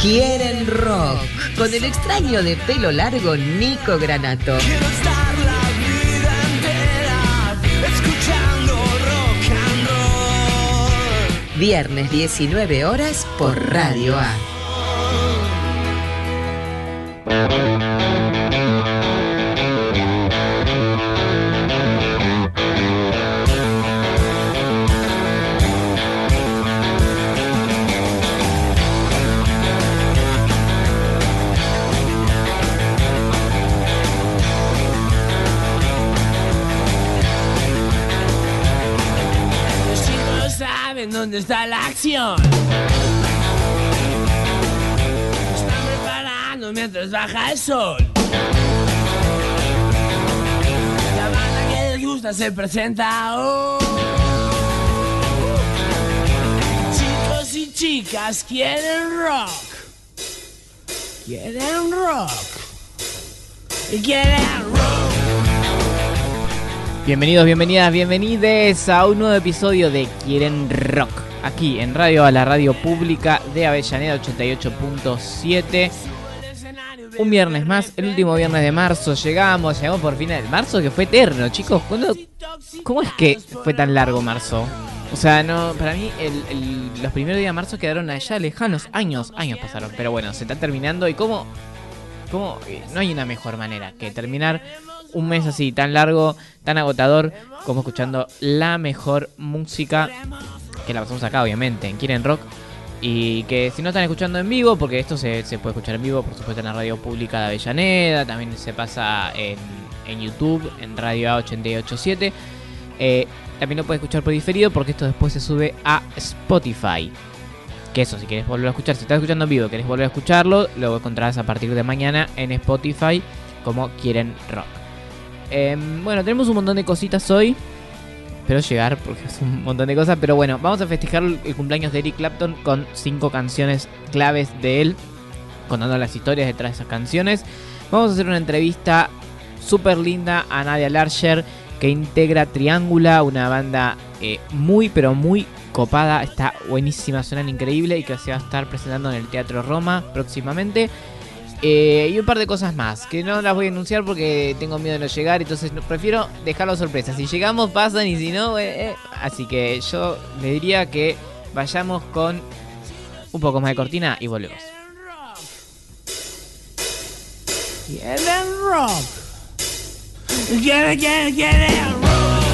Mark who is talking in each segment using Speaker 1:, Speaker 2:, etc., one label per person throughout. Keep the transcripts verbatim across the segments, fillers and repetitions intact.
Speaker 1: Quieren rock, con el extraño de pelo largo Nico Granato.
Speaker 2: Quiero estar la vida entera escuchando rock and roll.
Speaker 1: Viernes diecinueve horas por Radio A.
Speaker 2: ¿Dónde está la acción? Están preparando mientras baja el sol. La banda que les gusta se presenta hoy. Chicos y chicas quieren rock. Quieren rock. Y quieren rock.
Speaker 3: Bienvenidos, bienvenidas, bienvenides a un nuevo episodio de Quieren Rock, aquí en Radio A, la radio pública de Avellaneda ochenta y ocho punto siete. Un viernes más, el último viernes de marzo, llegamos, llegamos por fin al marzo, que fue eterno, chicos. ¿Cuándo, ¿Cómo es que fue tan largo marzo? O sea, no, para mí el, el, los primeros días de marzo quedaron allá lejanos, años, años pasaron. Pero bueno, se está terminando y cómo, cómo no hay una mejor manera que terminar un mes así, tan largo, tan agotador, como escuchando la mejor música, que la pasamos acá obviamente, en Quieren Rock. Y que si no están escuchando en vivo, porque esto se, se puede escuchar en vivo, por supuesto en la radio pública de Avellaneda, también se pasa en, en YouTube, en Radio A ochenta y ocho punto siete. Eh, también lo puedes escuchar por diferido, porque esto después se sube a Spotify. Que eso, si querés volver a escuchar, si estás escuchando en vivo y querés volver a escucharlo, lo encontrarás a partir de mañana en Spotify como Quieren Rock. Eh, bueno, tenemos un montón de cositas hoy. Espero llegar porque es un montón de cosas. Pero bueno, vamos a festejar el cumpleaños de Eric Clapton con cinco canciones claves de él, contando las historias detrás de esas canciones. Vamos a hacer una entrevista súper linda a Nadia Larcher, que integra Triángula, una banda eh, muy pero muy copada. Está buenísima, suenan increíble, y que se va a estar presentando en el Teatro Roma próximamente. Eh, y un par de cosas más que no las voy a anunciar porque tengo miedo de no llegar, entonces no, prefiero dejarlo sorpresa. Si llegamos pasan, y si no, eh, eh. Así que yo le diría que vayamos con un poco más de cortina y volvemos.
Speaker 2: Quieren rock. Quieren, quieren, quieren rock.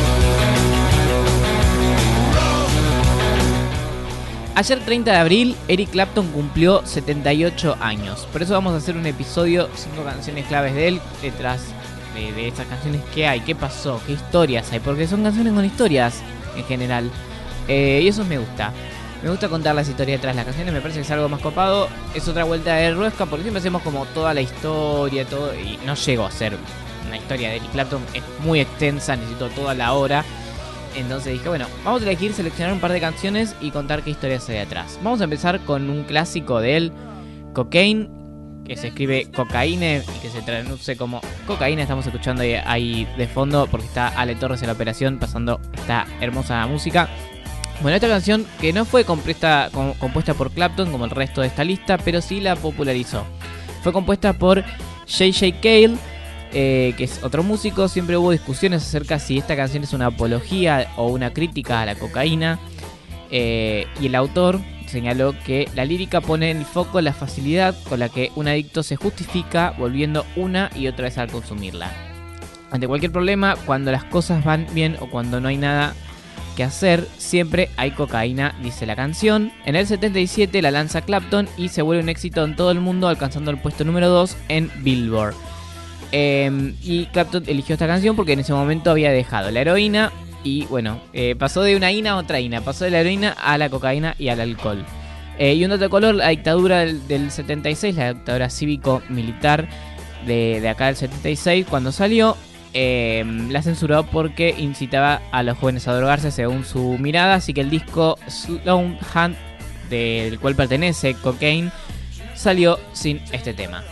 Speaker 3: Ayer treinta de abril, Eric Clapton cumplió setenta y ocho años. Por eso vamos a hacer un episodio, cinco canciones claves de él, detrás de, de estas canciones. ¿Qué hay? ¿Qué pasó? ¿Qué historias hay? Porque son canciones con historias en general. Eh, y eso me gusta. Me gusta contar las historias detrás de las canciones, me parece que es algo más copado. Es otra vuelta de rosca, porque siempre hacemos como toda la historia, todo, y no llego a hacer una historia de Eric Clapton. Es muy extensa, necesito toda la hora. Entonces dije, bueno, vamos a elegir, seleccionar un par de canciones y contar qué historias hay detrás. Vamos a empezar con un clásico de él, Cocaine, que se escribe cocaine y que se traduce como cocaína. Estamos escuchando ahí, ahí de fondo porque está Ale Torres en la operación pasando esta hermosa música. Bueno, esta canción que no fue compuesta, compuesta por Clapton como el resto de esta lista, pero sí la popularizó. Fue compuesta por J J Cale, Eh, que es otro músico. Siempre hubo discusiones acerca si esta canción es una apología o una crítica a la cocaína, eh, y el autor señaló que la lírica pone en el foco la facilidad con la que un adicto se justifica volviendo una y otra vez al consumirla. Ante cualquier problema, cuando las cosas van bien o cuando no hay nada que hacer, siempre hay cocaína, dice la canción. En el setenta y siete la lanza Clapton y se vuelve un éxito en todo el mundo, alcanzando el puesto número dos en Billboard. Eh, y Clapton eligió esta canción porque en ese momento había dejado la heroína y bueno, eh, pasó de una ina a otra ina, pasó de la heroína a la cocaína y al alcohol. Eh, y un dato de color, la dictadura del, del setenta y seis, la dictadura cívico-militar de, de acá del setenta y seis, cuando salió, eh, la censuró porque incitaba a los jóvenes a drogarse según su mirada, así que el disco Slow Hand, del cual pertenece Cocaine, salió sin este tema.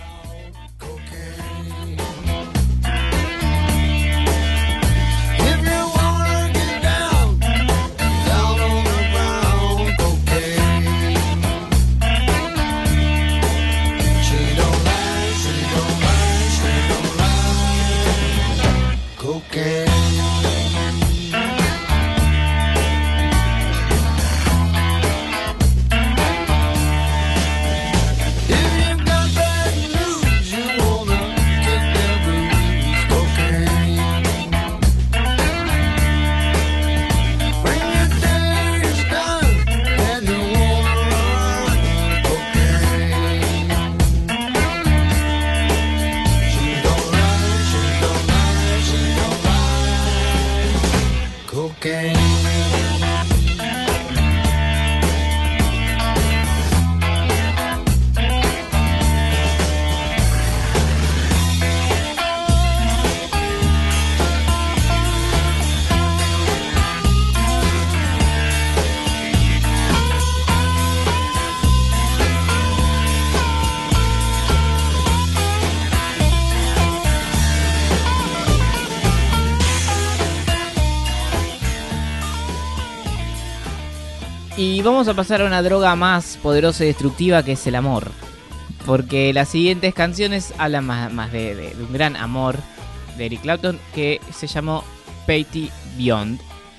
Speaker 3: Y vamos a pasar a una droga más poderosa y destructiva, que es el amor. Porque las siguientes canciones hablan más, más de, de, de un gran amor de Eric Clapton, que se llamó Patty Beyond,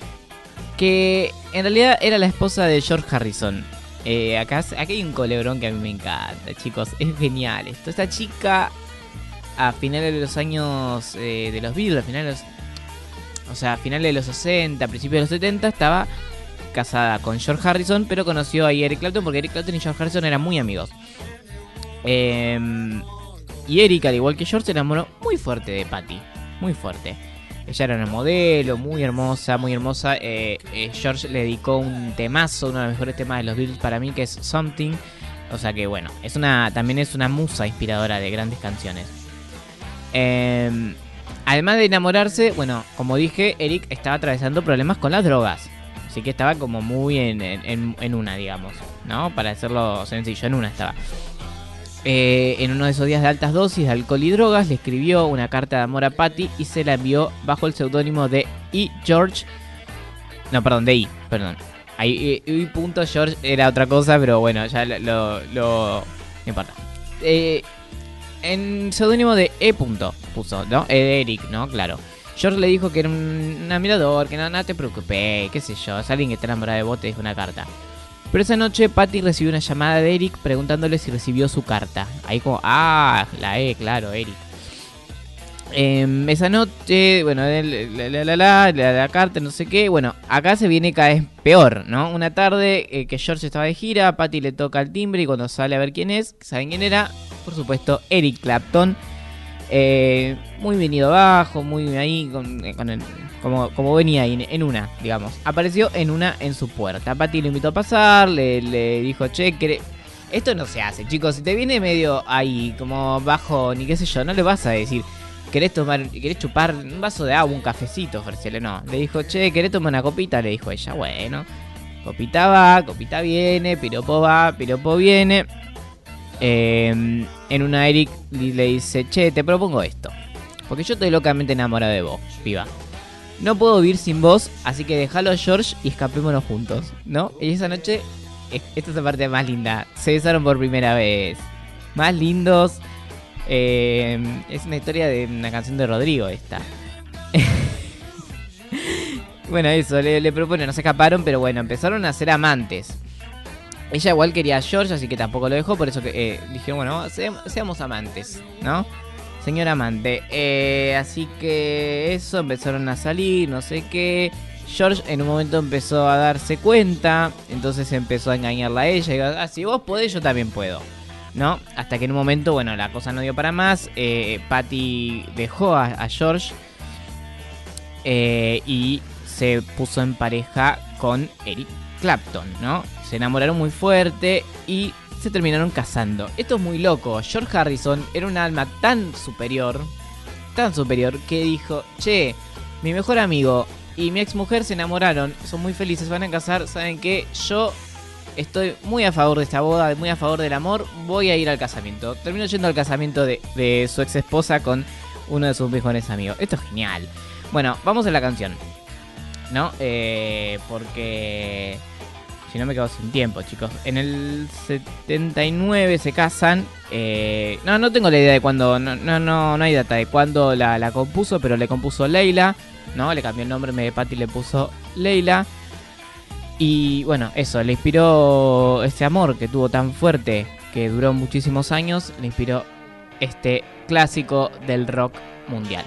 Speaker 3: que en realidad era la esposa de George Harrison. Eh, acá, aquí hay un culebrón que a mí me encanta, chicos, es genial esto. Esta chica, a finales de los años eh, de los Beatles, a finales de los, o sea, a finales de los sesenta, principios de los setenta, estaba casada con George Harrison, pero conoció a Eric Clapton porque Eric Clapton y George Harrison eran muy amigos. Eh, y Eric, al igual que George, se enamoró muy fuerte de Patty, muy fuerte. Ella era una modelo, muy hermosa, muy hermosa. Eh, eh, George le dedicó un temazo, uno de los mejores temas de los Beatles para mí, que es Something. O sea que bueno, es una, también es una musa inspiradora de grandes canciones. Eh, además de enamorarse, bueno, como dije, Eric estaba atravesando problemas con las drogas. Así que estaba como muy en, en, en una, digamos, ¿no? Para hacerlo sencillo, en una estaba. Eh, en uno de esos días de altas dosis de alcohol y drogas, le escribió una carta de amor a Patty y se la envió bajo el seudónimo de E. George. No, perdón, de E. Perdón. Ahí, E. Punto George era otra cosa, pero bueno, ya lo. lo, lo no importa. Eh, en seudónimo de E. Punto puso, ¿no? Eh, de Eric, ¿no? Claro. George le dijo que era un, un admirador, que no, no te preocupes, qué sé yo. Es alguien que está enamorado de vos, te dijo una carta. Pero esa noche Patty recibió una llamada de Eric preguntándole si recibió su carta. Ahí como, ah, la E, claro, Eric. Eh, esa noche, bueno, la, la, la, la, la, la, la carta, no sé qué. Bueno, acá se viene cada vez peor, ¿no? Una tarde eh, que George estaba de gira, Patty le toca el timbre y cuando sale a ver quién es, ¿saben quién era? Por supuesto, Eric Clapton. Eh, muy venido abajo, muy ahí, con, con el, como, como venía ahí en una, digamos. Apareció en una en su puerta. Patty lo invitó a pasar, le, le dijo, che, ¿querés? Esto no se hace, chicos. Si te viene medio ahí, como bajo, ni qué sé yo, no le vas a decir, ¿querés tomar, querés chupar un vaso de agua, un cafecito? Ofrecerle, no. Le dijo, che, ¿querés tomar una copita? Le dijo ella, bueno. Copita va, copita viene, piropo va, piropo viene. Eh, en una Eric le dice, che, te propongo esto, porque yo estoy locamente enamorado de vos, piba. No puedo vivir sin vos, así que déjalo a George y escapémonos juntos, ¿no? Y esa noche, esta es la parte más linda, se besaron por primera vez. Más lindos. Eh, es una historia de una canción de Rodrigo esta. Bueno, eso, le, le propone, no se escaparon, pero bueno, empezaron a ser amantes. Ella igual quería a George, así que tampoco lo dejó, por eso que eh, dijeron, bueno, se, seamos amantes, ¿no? Señor amante. Eh, así que eso, empezaron a salir, no sé qué. George en un momento empezó a darse cuenta, entonces empezó a engañarla a ella. Y dijo, ah, si vos podés, yo también puedo, ¿no? Hasta que en un momento, bueno, la cosa no dio para más. Eh, Patty dejó a, a George eh, y se puso en pareja con Eric Clapton, ¿no? Se enamoraron muy fuerte y se terminaron casando. Esto es muy loco. George Harrison era un alma tan superior, tan superior, que dijo, che, mi mejor amigo y mi ex mujer se enamoraron, son muy felices, van a casar, ¿saben qué? Yo estoy muy a favor de esta boda, muy a favor del amor, voy a ir al casamiento. Terminó yendo al casamiento de, de su ex esposa con uno de sus mejores amigos. Esto es genial. Bueno, vamos a la canción, ¿no? Eh, porque si no me quedo sin tiempo, chicos. En el setenta y nueve se casan. Eh, no, no tengo la idea de cuándo. No, no, no, no hay data de cuándo la, la compuso, pero le compuso Leila, ¿no? Le cambió el nombre, me de Patty le puso Leila. Y bueno, eso, le inspiró ese amor que tuvo tan fuerte, que duró muchísimos años. Le inspiró este clásico del rock mundial.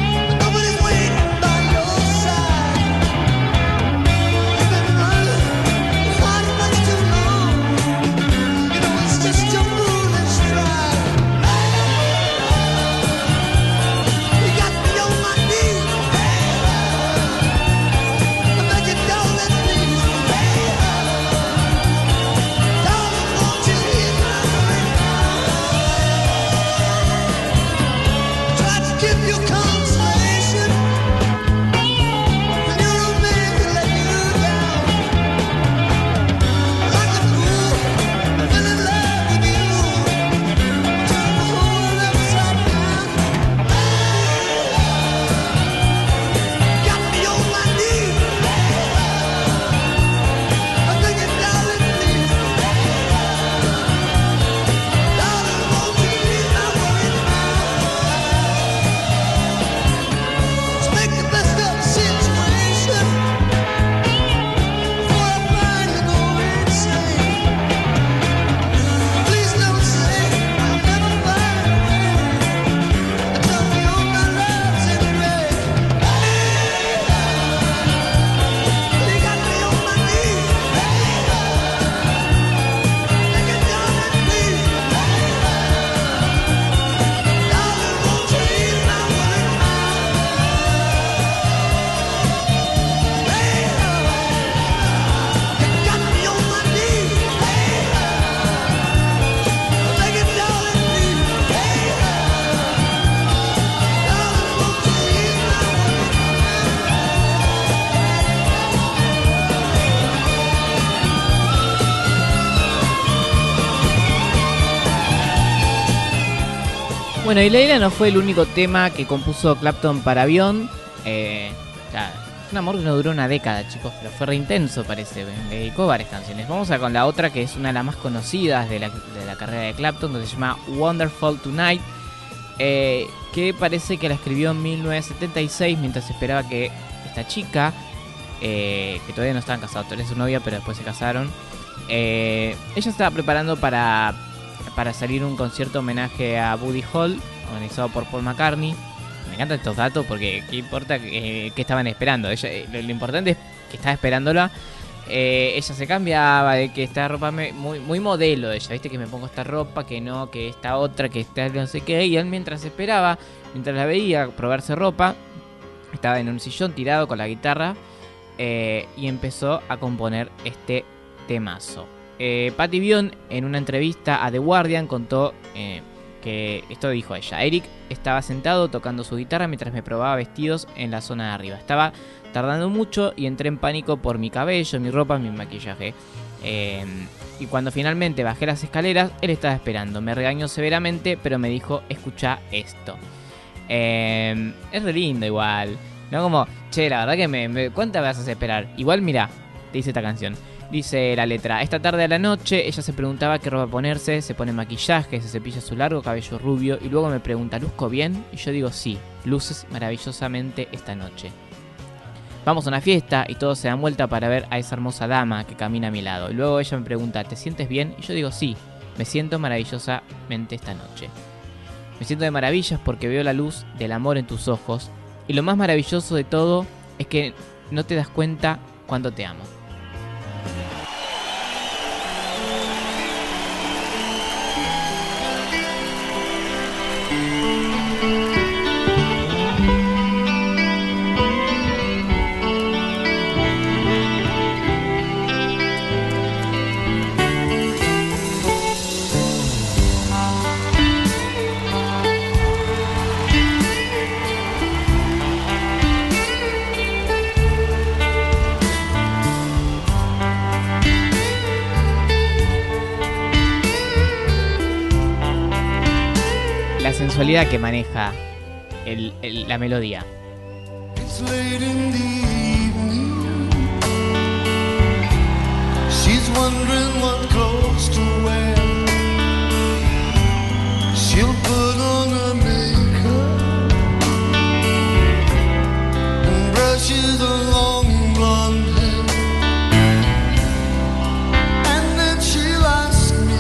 Speaker 4: Nobody's waiting by your side. You better run.
Speaker 3: Bueno, y Leila no fue el único tema que compuso Clapton para avión. Eh, ya, es un amor que no duró una década, chicos, pero fue re intenso, parece. Le dedicó varias canciones. Vamos a con la otra, que es una de las más conocidas de la, de la carrera de Clapton, que se llama Wonderful Tonight. Eh, que parece que la escribió en mil novecientos setenta y seis mientras esperaba que esta chica, eh, que todavía no estaban casados, todavía es su novia, pero después se casaron. Eh, ella estaba preparando para... para salir un concierto homenaje a Buddy Holly, organizado por Paul McCartney. Me encantan estos datos porque qué importa que, que estaban esperando. Ella, lo, lo importante es que estaba esperándola. Eh, ella se cambiaba, de que esta ropa me, muy, muy modelo de ella, viste, que me pongo esta ropa, que no, que esta otra, que esta no sé qué. Y él, mientras esperaba, mientras la veía probarse ropa, estaba en un sillón tirado con la guitarra, eh, y empezó a componer este temazo. Eh, Patty Bjorn, en una entrevista a The Guardian, contó eh, que esto dijo ella: Eric estaba sentado tocando su guitarra mientras me probaba vestidos en la zona de arriba. Estaba tardando mucho y entré en pánico por mi cabello, mi ropa, mi maquillaje. Eh, y cuando finalmente bajé las escaleras, él estaba esperando. Me regañó severamente, pero me dijo: escucha esto. Eh, es re lindo igual, ¿no? Como, che, la verdad que me, me ¿cuántas vas a hacer esperar? Igual, mira, te dice esta canción. Dice la letra: esta tarde a la noche ella se preguntaba qué ropa ponerse, se pone maquillaje, se cepilla su largo cabello rubio y luego me pregunta: ¿luzco bien? Y yo digo: sí, luces maravillosamente esta noche. Vamos a una fiesta y todos se dan vuelta para ver a esa hermosa dama que camina a mi lado. Y luego ella me pregunta: ¿te sientes bien? Y yo digo: sí, me siento maravillosamente esta noche. Me siento de maravillas porque veo la luz del amor en tus ojos. Y lo más maravilloso de todo es que no te das cuenta cuando te amo. Sensualidad que maneja el, el, la melodía. It's late in the evening. She's wondering what clothes to wear. She'll put on her makeup and brushes her long blonde hair. And then she'll ask me,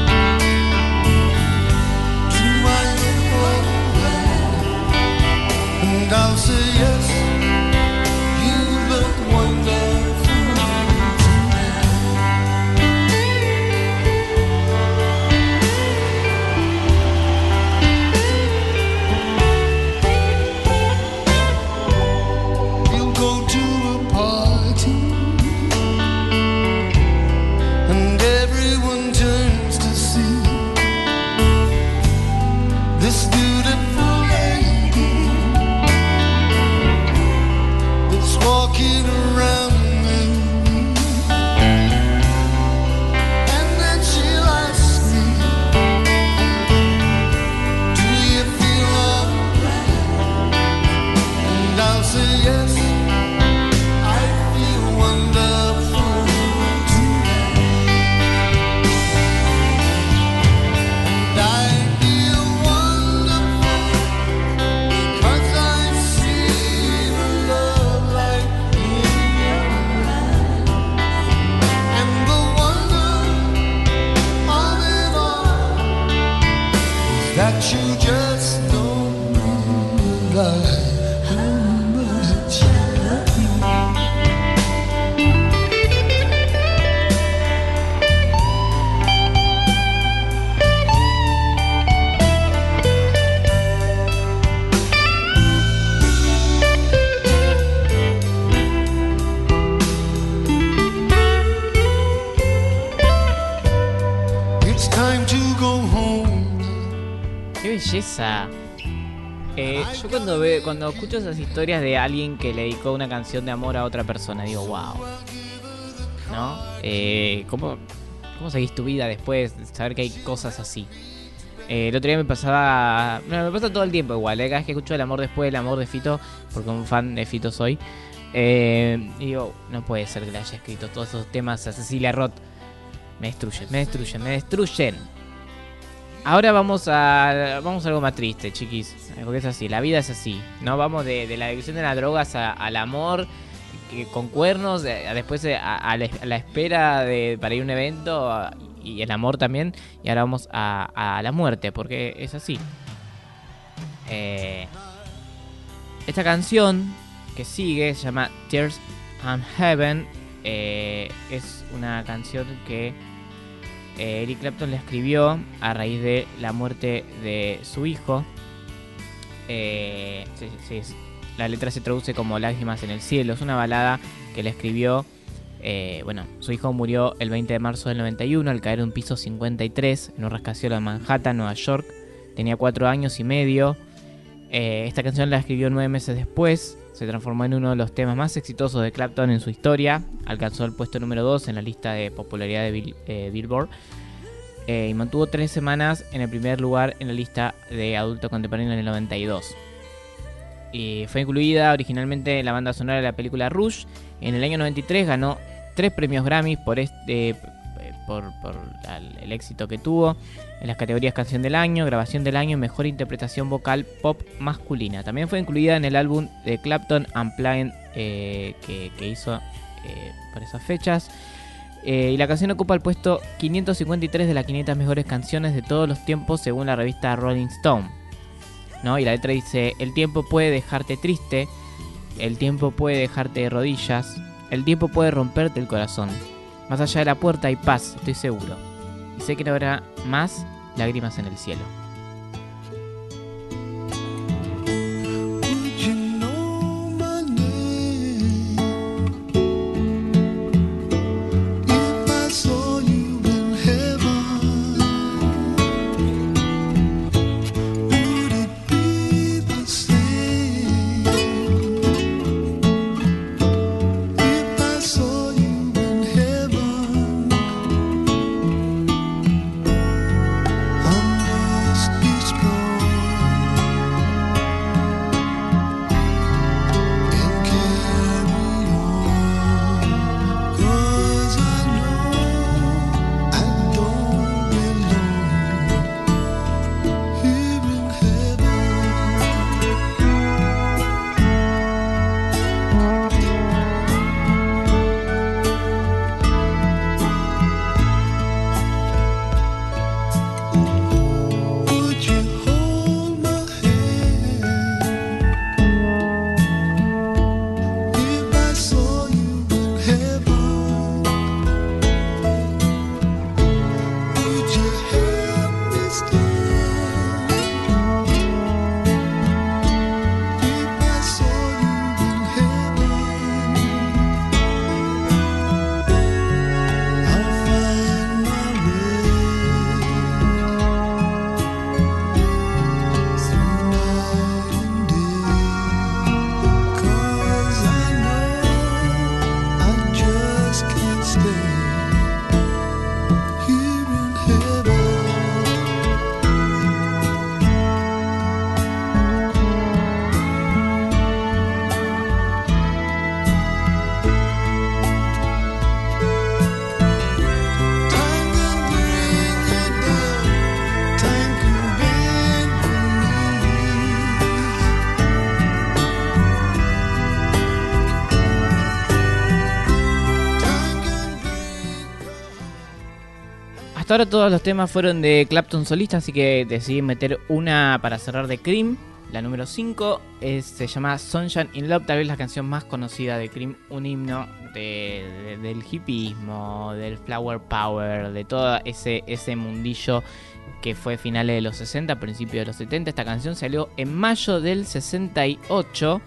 Speaker 3: and I'll say yes, you look wonderful tonight. We'll go to a party and everyone turns to see this beautiful lady walking around me. And then she'll ask me, do you feel alright? And I'll say yes, I feel wonderful tonight. And I feel wonderful because I see the love light that you just don't realize how much I love you. It's time to go home. ¡Qué belleza! Eh, yo cuando veo, cuando escucho esas historias de alguien que le dedicó una canción de amor a otra persona, digo, wow, ¿no? Eh, ¿cómo, ¿Cómo seguís tu vida después de saber que hay cosas así? Eh, el otro día me pasaba... No, me pasa todo el tiempo igual, ¿eh? Cada vez que escucho El amor después del amor de Fito, porque un fan de Fito soy, eh, y digo, no puede ser que le haya escrito todos esos temas a Cecilia Roth. Me destruyen, me destruyen, me destruyen. Ahora vamos a vamos a algo más triste, chiquis, porque es así, la vida es así, ¿no? Vamos de, de la adicción de las drogas a, al amor que, con cuernos, a, después a, a, la, a la espera de, para ir a un evento a, y el amor también, y ahora vamos a, a la muerte, porque es así. Eh, esta canción que sigue se llama Tears and Heaven, eh, es una canción que eh, Eric Clapton le escribió a raíz de la muerte de su hijo. Eh, sí, sí, la letra se traduce como Lágrimas en el cielo, es una balada que le escribió. Eh, bueno, su hijo murió el veinte de marzo del noventa y uno al caer de un piso cincuenta y tres en un rascacielos de Manhattan, Nueva York. Tenía cuatro años y medio. Eh, esta canción la escribió nueve meses después. Se transformó en uno de los temas más exitosos de Clapton en su historia. Alcanzó el puesto número dos en la lista de popularidad de Bill, eh, Billboard. Eh, y mantuvo tres semanas en el primer lugar en la lista de adulto contemporáneo en el noventa y dos. Y fue incluida originalmente en la banda sonora de la película Rush. En el año noventa y tres ganó tres premios Grammy por este por, por el éxito que tuvo en las categorías Canción del Año, Grabación del Año y Mejor Interpretación Vocal Pop Masculina. También fue incluida en el álbum de Clapton Unplugged eh, que, que hizo eh, por esas fechas. Eh, y la canción ocupa el puesto quinientos cincuenta y tres de las quinientas mejores canciones de todos los tiempos según la revista Rolling Stone, ¿no? Y la letra dice: el tiempo puede dejarte triste, el tiempo puede dejarte de rodillas, el tiempo puede romperte el corazón. Más allá de la puerta hay paz, estoy seguro. Y sé que no habrá más lágrimas en el cielo. Hasta ahora todos los temas fueron de Clapton solista, así que decidí meter una para cerrar de Cream. La número cinco es, se llama Sunshine in Love, tal vez la canción más conocida de Cream, un himno de, de, del hippismo, del flower power, de todo ese, ese mundillo que fue finales de los sesenta, principios de los setenta. Esta canción salió en mayo del sesenta y ocho.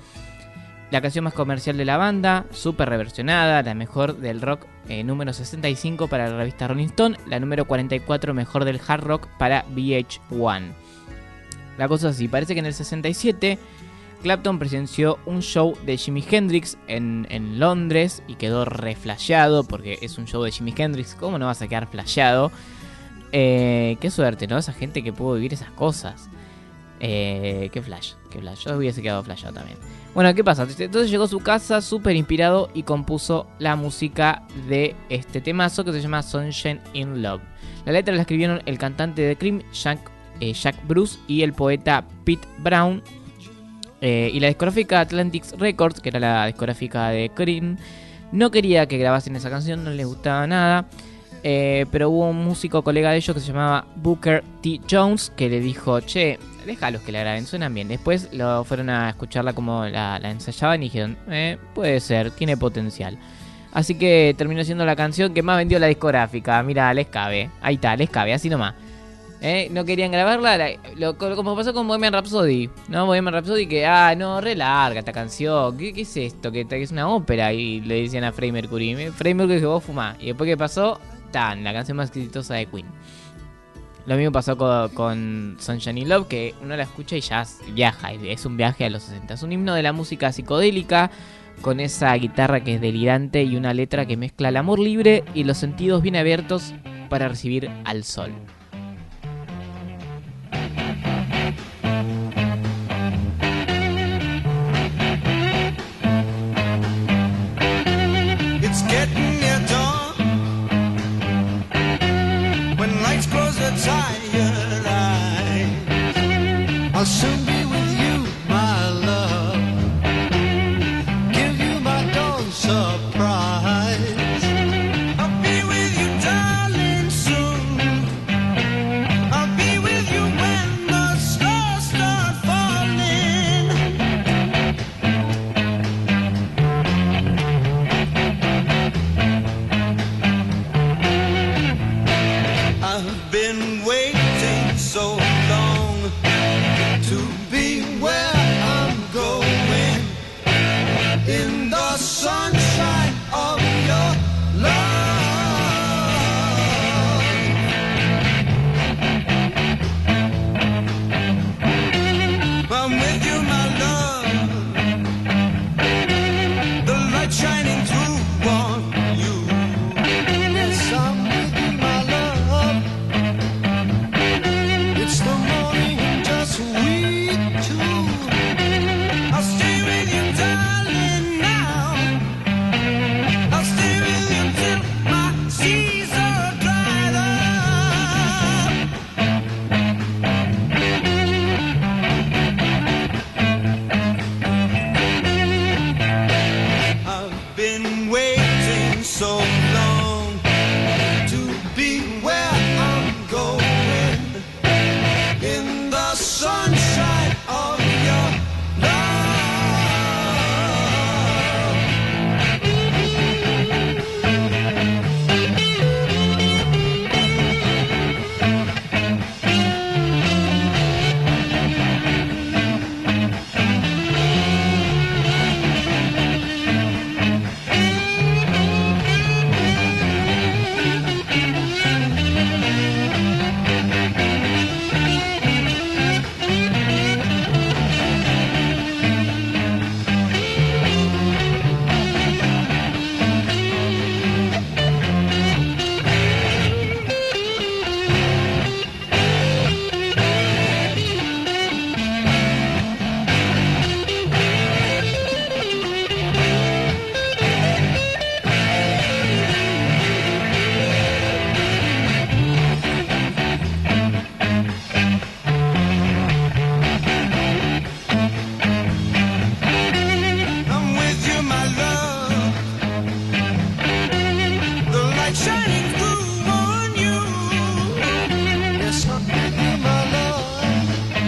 Speaker 3: La canción más comercial de la banda, súper reversionada, la mejor del rock eh, número sesenta y cinco para la revista Rolling Stone, la número cuarenta y cuatro mejor del hard rock para V H uno. La cosa es así, parece que en el sesenta y siete Clapton presenció un show de Jimi Hendrix en, en Londres y quedó re flasheado, porque es un show de Jimi Hendrix, ¿cómo no vas a quedar flasheado? Eh, qué suerte, ¿no? Esa gente que pudo vivir esas cosas. Eh, qué flash, qué flash. Yo hubiese quedado flashado también. Bueno, ¿qué pasa? Entonces llegó a su casa súper inspirado y compuso la música de este temazo que se llama Sunshine in Love. La letra la escribieron el cantante de Cream, Jack, eh, Jack Bruce, y el poeta Pete Brown. Eh, y la discográfica Atlantic Records, que era la discográfica de Cream, no quería que grabasen esa canción, no les gustaba nada. Eh, pero hubo un músico colega de ellos que se llamaba Booker T. Jones que le dijo, che, déjalos que la graben, suenan bien. Después lo fueron a escucharla como la, la ensayaban y dijeron, eh, puede ser, tiene potencial. Así que terminó siendo la canción que más vendió la discográfica. Mira, les cabe, ahí está, les cabe, así nomás. Eh, no querían grabarla, la, lo, como pasó con Bohemian Rhapsody, ¿no? Bohemian Rhapsody que, ah, no, re larga esta canción, ¿qué, qué es esto? Que, que es una ópera, y le decían a Freddie Mercury. Freddie Mercury dijo, vos fumá. Y después, ¿qué pasó? Tan, la canción más exitosa de Queen. Lo mismo pasó con, con Sunshine in Love, que uno la escucha y ya viaja, es un viaje a los sesenta. Es un himno de la música psicodélica, con esa guitarra que es delirante y una letra que mezcla el amor libre y los sentidos bien abiertos para recibir al sol.
Speaker 4: It's getting near dawn. Close the tired eyes. I'll soon be with you, my love. Give you my dawn surprise. I'll be with you, darling, soon. I'll be with you when the stars start falling. I've been waiting so long to be where I'm going, in the sunshine of your love. I'm with you, my love, the light shining through on you. Yes, I'm with you, my love. It's the morning and just we two. I'll stay with you, darling, now. I'll stay with you till my seas are dried up. I've been waiting so long to be where I'm going, in the sunshine of your love. I'm with you, my love, the light shining through on you. Yes, I'm with you, my love.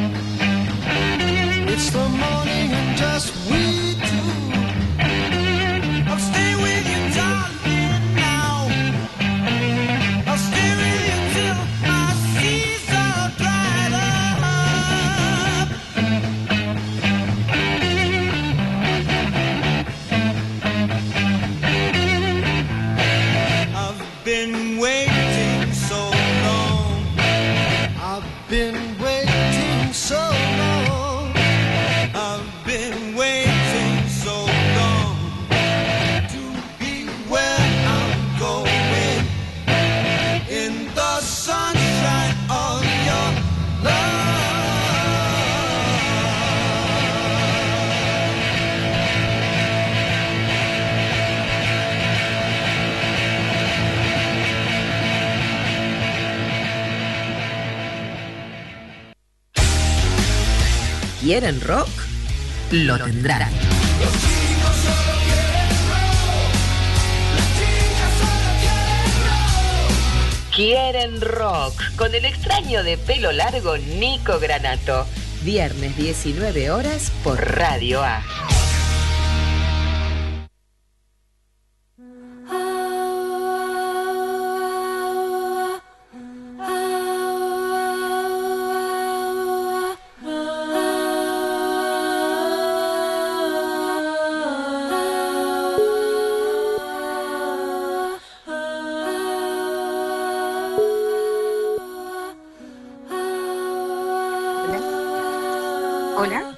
Speaker 4: It's the morning and just we two. I'll stay with you, darling, now. I'll stay with you till my seas are dried up. I've been waiting so long. I've been waiting so long. I've been waiting.
Speaker 1: quieren rock, lo tendrán. Quieren rock con el extraño de pelo largo Nico Granato. Viernes diecinueve horas por Radio A.
Speaker 5: Hola.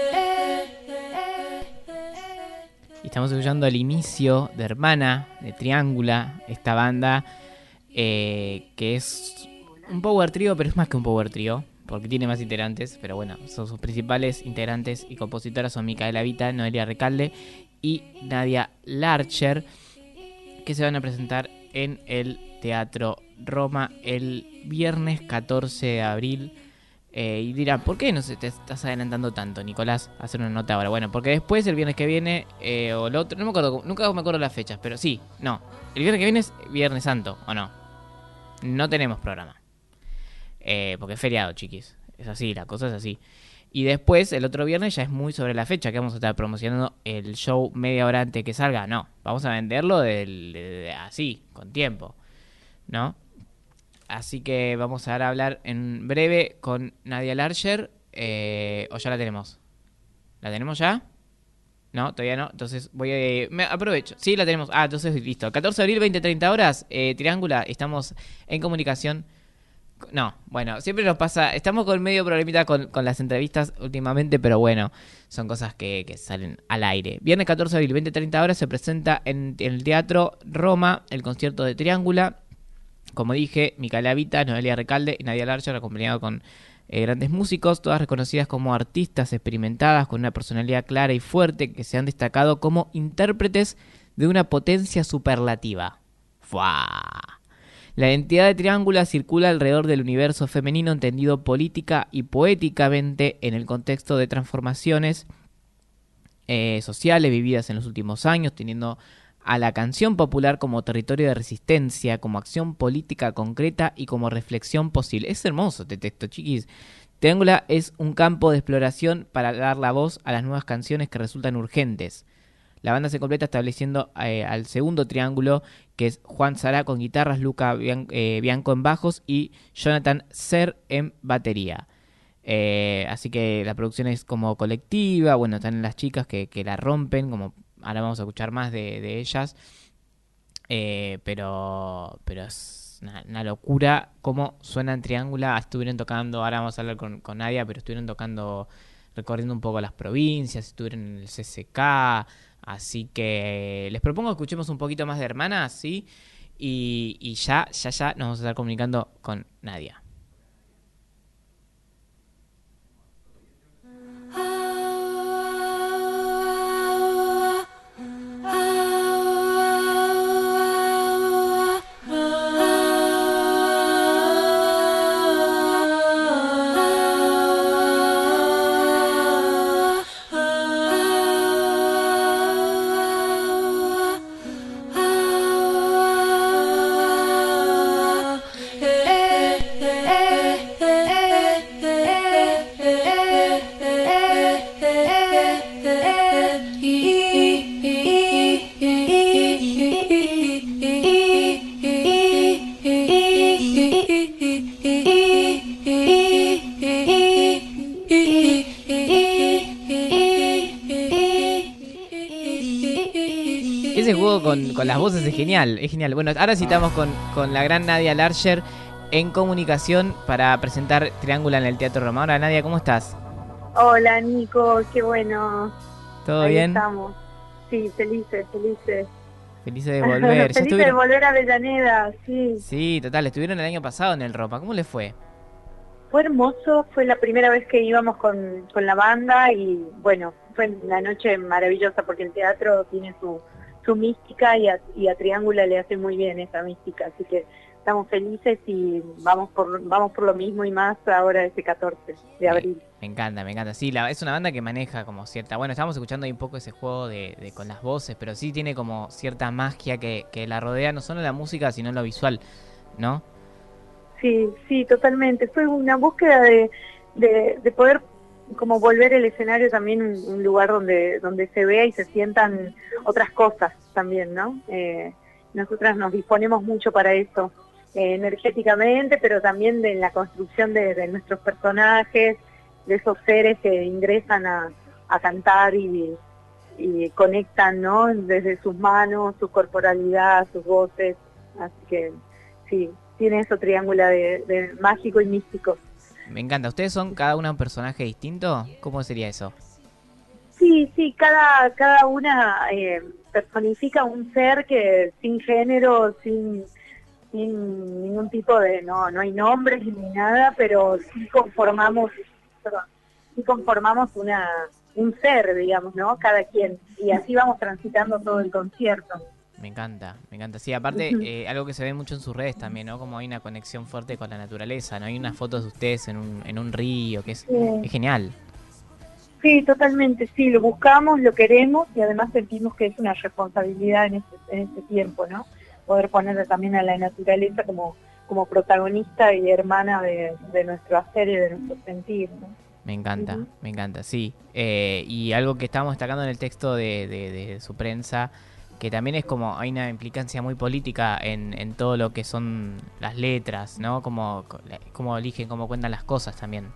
Speaker 3: Estamos escuchando el inicio de Hermana, de Triángula, esta banda eh, que es un power trio, pero es más que un power trio, porque tiene más integrantes, pero bueno, son sus principales integrantes y compositoras son Micaela Vita, Noelia Recalde y Nadia Larcher, que se van a presentar en el Teatro Roma el viernes catorce de abril. Eh, y dirán, ¿por qué no se te estás adelantando tanto, Nicolás? A hacer una nota ahora. Bueno, porque después, el viernes que viene, eh, o el otro, no me acuerdo, nunca me acuerdo las fechas, pero sí, no. El viernes que viene es Viernes Santo, ¿o no? No tenemos programa. Eh, porque es feriado, chiquis. Es así, la cosa es así. Y después, el otro viernes ya es muy sobre la fecha, que vamos a estar promocionando el show media hora antes que salga. No, vamos a venderlo del, de, de, así, con tiempo, ¿no? Así que vamos a ahora hablar en breve con Nadia Larcher. Eh, ¿O ya la tenemos? ¿La tenemos ya? No, todavía no. Entonces voy a... Me aprovecho. Sí, la tenemos. Ah, entonces listo. catorce de abril, veinte treinta horas. Eh, Triángula, estamos en comunicación. No, bueno, siempre nos pasa... Estamos con medio problemita con, con las entrevistas últimamente, pero bueno, son cosas que, que salen al aire. Viernes catorce de abril, veinte treinta horas, se presenta en, en el Teatro Roma el concierto de Triángula. Como dije, Micaela Vita, Noelia Recalde y Nadia Larcher, acompañado con eh, grandes músicos, todas reconocidas como artistas experimentadas con una personalidad clara y fuerte que se han destacado como intérpretes de una potencia superlativa. ¡Fua! La identidad de Triángula circula alrededor del universo femenino entendido política y poéticamente en el contexto de transformaciones eh, sociales vividas en los últimos años, teniendo a la canción popular como territorio de resistencia, como acción política concreta y como reflexión posible. Es hermoso este texto, chiquis. Triángula es un campo de exploración para dar la voz a las nuevas canciones que resultan urgentes. La banda se completa estableciendo eh, al segundo triángulo, que es Juan Sará con guitarras, Luca Bian- eh, Bianco en bajos y Jonathan Ser en batería. Eh, así que la producción es como colectiva, bueno, están las chicas que, que la rompen, como ahora vamos a escuchar más de, de ellas, eh, pero pero es una, una locura cómo suenan Triángula. Estuvieron tocando, ahora vamos a hablar con, con Nadia, pero estuvieron tocando, recorriendo un poco las provincias, estuvieron en el C C K, así que les propongo que escuchemos un poquito más de Hermanas, ¿sí? Y, y ya, ya, ya nos vamos a estar comunicando con Nadia. Ese juego con, con las voces es genial, es genial. Bueno, ahora sí estamos con, con la gran Nadia Larcher en comunicación para presentar Triángula en el Teatro Roma. Hola Nadia, ¿cómo estás?
Speaker 5: Hola Nico, qué bueno.
Speaker 3: ¿Todo
Speaker 5: Ahí
Speaker 3: bien?
Speaker 5: estamos. Sí, felices, felices.
Speaker 3: Felices de volver. ¿Ya
Speaker 5: Felices de
Speaker 3: estuvieron?
Speaker 5: volver a Avellaneda, sí.
Speaker 3: Sí, total, estuvieron el año pasado en el Roma. ¿Cómo les fue?
Speaker 5: Fue hermoso, fue la primera vez que íbamos con, con la banda y bueno, fue una noche maravillosa porque el teatro tiene su, su mística y a, y a Triángula le hace muy bien esa mística, así que estamos felices y vamos por vamos por lo mismo y más ahora ese catorce de abril.
Speaker 3: Me encanta, me encanta. Sí, la, es una banda que maneja como cierta... Bueno, estamos escuchando ahí un poco ese juego de, de con las voces, pero sí tiene como cierta magia que, que la rodea, no solo la música, sino lo visual, ¿no?
Speaker 5: Sí, sí, totalmente. Fue una búsqueda de, de, de poder como volver el escenario también un, un lugar donde donde se vea y se sientan otras cosas también, ¿no? Eh, nosotras nos disponemos mucho para eso, eh, energéticamente, pero también de la construcción de, de nuestros personajes, de esos seres que ingresan a, a cantar y, y conectan, ¿no? Desde sus manos, su corporalidad, sus voces. Así que sí, tiene eso triángulo de, de mágico y místico.
Speaker 3: Me encanta. ¿Ustedes son cada una un personaje distinto? ¿Cómo sería eso?
Speaker 5: Sí, sí, cada, cada una eh, personifica un ser que sin género, sin, sin ningún tipo de, no, no hay nombres ni nada, pero sí conformamos, perdón, sí conformamos una, un ser, digamos, ¿no? Cada quien. Y así vamos transitando todo el concierto.
Speaker 3: Me encanta, me encanta. Sí, aparte,
Speaker 5: Ujú.
Speaker 3: eh, algo que se ve mucho en sus redes también, ¿no? Como hay una conexión fuerte con la naturaleza, ¿no? Hay unas fotos de ustedes en un, en un río, que es,
Speaker 5: Sí.
Speaker 3: es genial.
Speaker 5: Sí, totalmente, sí, lo buscamos, lo queremos y además sentimos que es una responsabilidad en este, en este tiempo, ¿no? Poder poner también a la naturaleza como, como protagonista y hermana de, de nuestro hacer y de nuestro sentir, ¿no?
Speaker 3: Me encanta,
Speaker 5: Ujú.
Speaker 3: me encanta, sí. Eh, y algo que estábamos destacando en el texto de, de, de su prensa, que también es como, hay una implicancia muy política en, en todo lo que son las letras, ¿no? Como, como eligen, cómo cuentan las cosas también.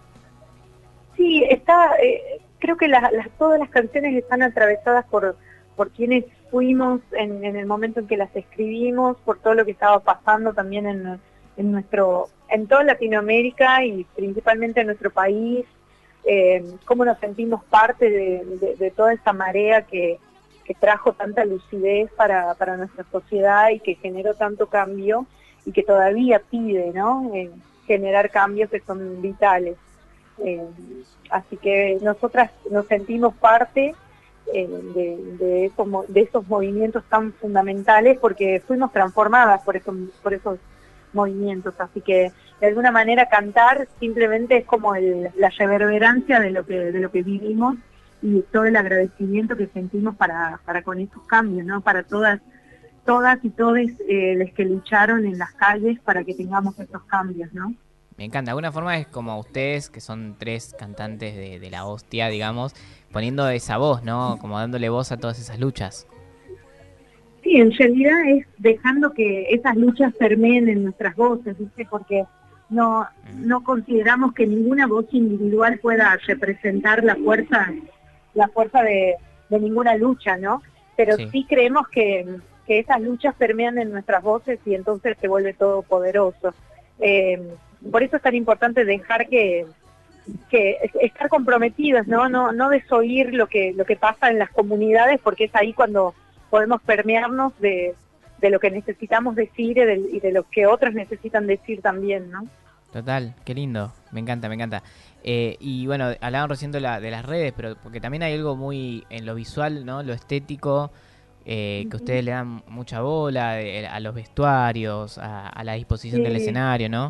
Speaker 5: Sí, está, eh, creo que las, las, todas las canciones están atravesadas por, por quienes fuimos en, en el momento en que las escribimos, por todo lo que estaba pasando también en, en nuestro, en toda Latinoamérica y principalmente en nuestro país, eh, cómo nos sentimos parte de, de, de toda esa marea que, que trajo tanta lucidez para, para nuestra sociedad y que generó tanto cambio y que todavía pide, ¿no? Eh, generar cambios que son vitales. Eh, así que nosotras nos sentimos parte eh, de, de, esos, de esos movimientos tan fundamentales porque fuimos transformadas por esos, por esos movimientos, así que de alguna manera cantar simplemente es como el, la reverberancia de lo que de lo que vivimos y todo el agradecimiento que sentimos para, para con esos cambios, ¿no? Para todas todas y todos eh, los que lucharon en las calles para que tengamos estos cambios, ¿no?
Speaker 3: Me encanta. De alguna forma es como ustedes, que son tres cantantes de, de la hostia, digamos, poniendo esa voz, ¿no? Como dándole voz a todas esas luchas.
Speaker 5: Sí, en realidad es dejando que esas luchas permeen en nuestras voces, ¿viste? Porque no, no consideramos que ninguna voz individual pueda representar la fuerza, la fuerza de, de ninguna lucha, ¿no? Pero
Speaker 3: Sí.
Speaker 5: sí creemos que, que esas luchas permean en nuestras voces y entonces se vuelve todo poderoso. Eh, por eso es tan importante dejar que, que estar comprometidos, ¿no? No, no desoír lo que, lo que pasa en las comunidades, porque es ahí cuando podemos permearnos de, de lo que necesitamos decir y de, y de lo que otros necesitan decir también, ¿no?
Speaker 3: Total, qué lindo, me encanta, me encanta. Eh, y bueno, hablaban recién de, la, de las redes, pero porque también hay algo muy en lo visual, ¿no? Lo estético, eh, que ustedes le dan mucha bola de- a los vestuarios, a, a la disposición del
Speaker 5: Sí.
Speaker 3: escenario, ¿no?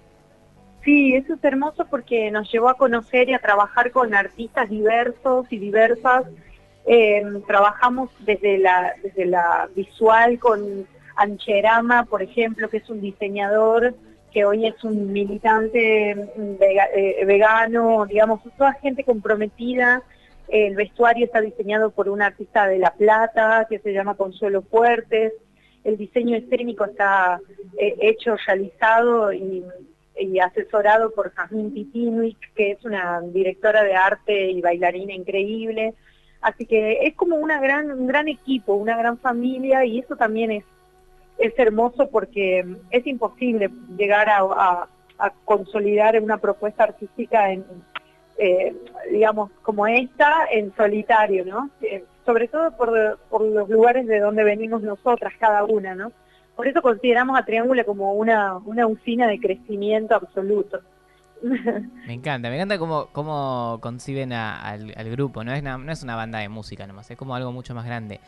Speaker 5: Sí, eso es hermoso porque nos llevó a conocer y a trabajar con artistas diversos y diversas. Eh, trabajamos desde la, desde la visual con Ancherama, por ejemplo, que es un diseñador que hoy es un militante vega- eh, vegano, digamos, toda gente comprometida. El vestuario está diseñado por un artista de La Plata que se llama Consuelo Fuertes. El diseño escénico está eh, hecho, realizado y, y asesorado por Jazmín Pitinwick, que es una directora de arte y bailarina increíble. Así que es como una gran, un gran equipo, una gran familia, y eso también es, es hermoso porque es imposible llegar a, a, a consolidar una propuesta artística en, eh, digamos, como esta, en solitario, ¿no? Eh, sobre todo por, por los lugares de donde venimos nosotras, cada una, ¿no? Por eso consideramos a Triángulo como una, una usina de crecimiento absoluto.
Speaker 3: Me encanta, me encanta cómo, cómo conciben a- al, al grupo, ¿no? Es una, no es una banda de música nomás, es como algo mucho más grande.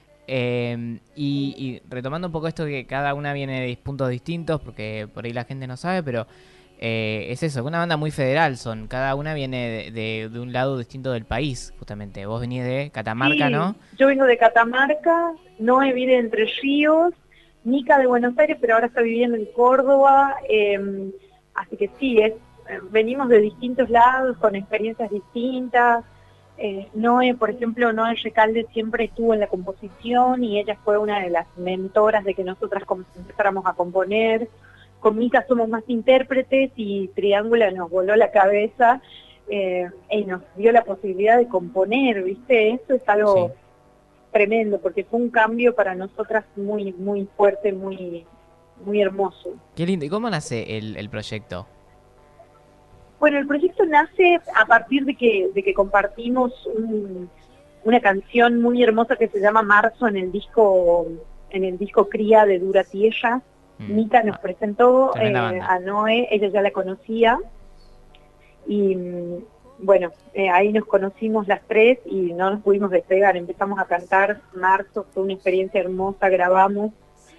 Speaker 3: Eh, y, y retomando un poco esto de que cada una viene de puntos distintos, porque por ahí la gente no sabe, pero eh, es eso, una banda muy federal son, cada una viene de, de, de un lado distinto del país, justamente. Vos venís de Catamarca,
Speaker 5: Sí,
Speaker 3: ¿no?
Speaker 5: yo vengo de Catamarca, Noé vive de Entre Ríos, Mica de Buenos Aires, pero ahora está viviendo en Córdoba, eh, así que sí, es, eh, venimos de distintos lados, con experiencias distintas. Eh, Noé, por ejemplo, Noé Recalde siempre estuvo en la composición y ella fue una de las mentoras de que nosotras com- empezáramos a componer. Con Mica somos más intérpretes y Triángula nos voló la cabeza eh, y nos dio la posibilidad de componer, ¿viste? Eso es algo
Speaker 3: Sí.
Speaker 5: tremendo porque fue un cambio para nosotras muy muy fuerte, muy muy hermoso.
Speaker 3: Qué lindo. ¿Y cómo nace el, el proyecto?
Speaker 5: Bueno, el proyecto nace a partir de que de que compartimos un- una canción muy hermosa que se llama Marzo en el disco en el disco Cría de Dura Tierra.
Speaker 3: Mm.
Speaker 5: Mica nos presentó eh,
Speaker 3: Tremenda banda.
Speaker 5: a Noé, ella ya la conocía y mm, bueno, eh, ahí nos conocimos las tres y no nos pudimos despegar, empezamos a cantar Marzo, fue una experiencia hermosa, grabamos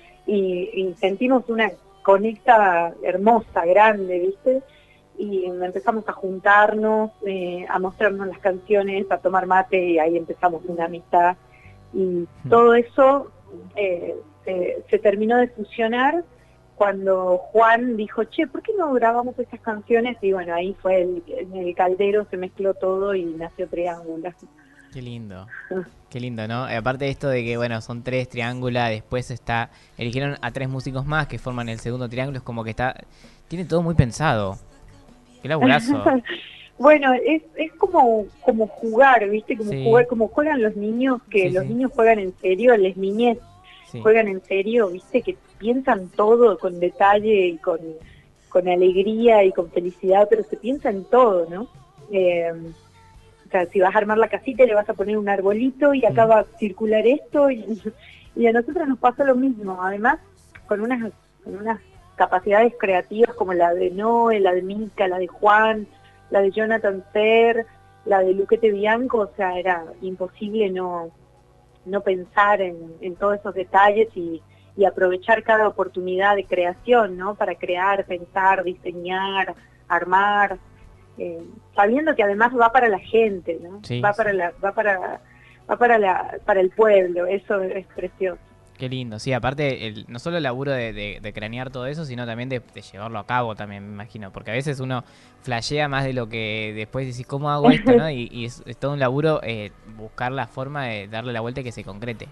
Speaker 5: y, y sentimos una conecta hermosa, grande, ¿viste? Y empezamos a juntarnos, eh, a mostrarnos las canciones, a tomar mate y ahí empezamos una amistad y todo eso eh, se, se terminó de fusionar cuando Juan dijo, che, ¿por qué no grabamos estas canciones? Y bueno, ahí fue el, en el caldero, se mezcló todo y nació Triángulo.
Speaker 3: Qué lindo. Qué lindo, ¿no? Eh, aparte de esto de que, bueno, son tres Triángula, después está, eligieron a tres músicos más que forman el segundo Triángulo, es como que está, tiene todo muy pensado. Qué laburazo.
Speaker 5: Bueno, es, es como, como jugar, ¿viste? Como
Speaker 3: Sí.
Speaker 5: jugar, como juegan los niños, que
Speaker 3: Sí,
Speaker 5: los
Speaker 3: sí.
Speaker 5: niños juegan en serio, las niñez
Speaker 3: Sí.
Speaker 5: juegan en serio, ¿viste? Que piensan todo con detalle y con, con alegría y con felicidad, pero se piensa en todo, ¿no? Eh, o sea, si vas a armar la casita le vas a poner un arbolito y acá
Speaker 3: Mm.
Speaker 5: va a circular esto y, y a nosotros nos pasó lo mismo, además con unas, con unas capacidades creativas como la de Noé, la de Mica, la de Juan, la de Jonathan Ser, la de Luquete Bianco, o sea, era imposible no, no pensar en, en todos esos detalles y, y aprovechar cada oportunidad de creación, ¿no? Para crear, pensar, diseñar, armar, eh, sabiendo que además va para la gente, ¿no?
Speaker 3: Sí,
Speaker 5: va
Speaker 3: sí.
Speaker 5: para la, va para, va para la, para el pueblo, eso es precioso.
Speaker 3: Qué lindo, sí, aparte, el, no solo el laburo de, de, de cranear todo eso, sino también de, de llevarlo a cabo también, me imagino, porque a veces uno flashea más de lo que después decís, ¿cómo hago esto? ¿No? Y, y es, es todo un laburo eh, buscar la forma de darle la vuelta y que se concrete.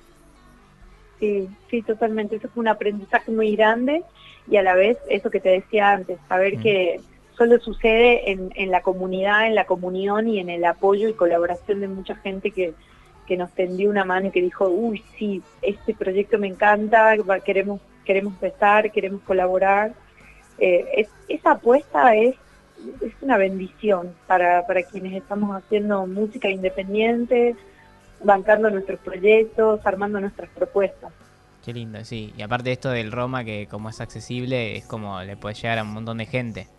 Speaker 5: Sí, sí, totalmente. Eso fue un aprendizaje muy grande y a la vez eso que te decía antes, saber
Speaker 3: Mm.
Speaker 5: que solo sucede en, en la comunidad, en la comunión y en el apoyo y colaboración de mucha gente que, que nos tendió una mano y que dijo, uy, sí, este proyecto me encanta, va- queremos queremos empezar, queremos colaborar. Eh, es- esa apuesta es, es una bendición para, para quienes estamos haciendo música independiente, bancando nuestros proyectos, armando nuestras propuestas.
Speaker 3: Qué lindo, sí. Y aparte de esto del Roma, que como es accesible, es como le puede llegar a un montón de gente.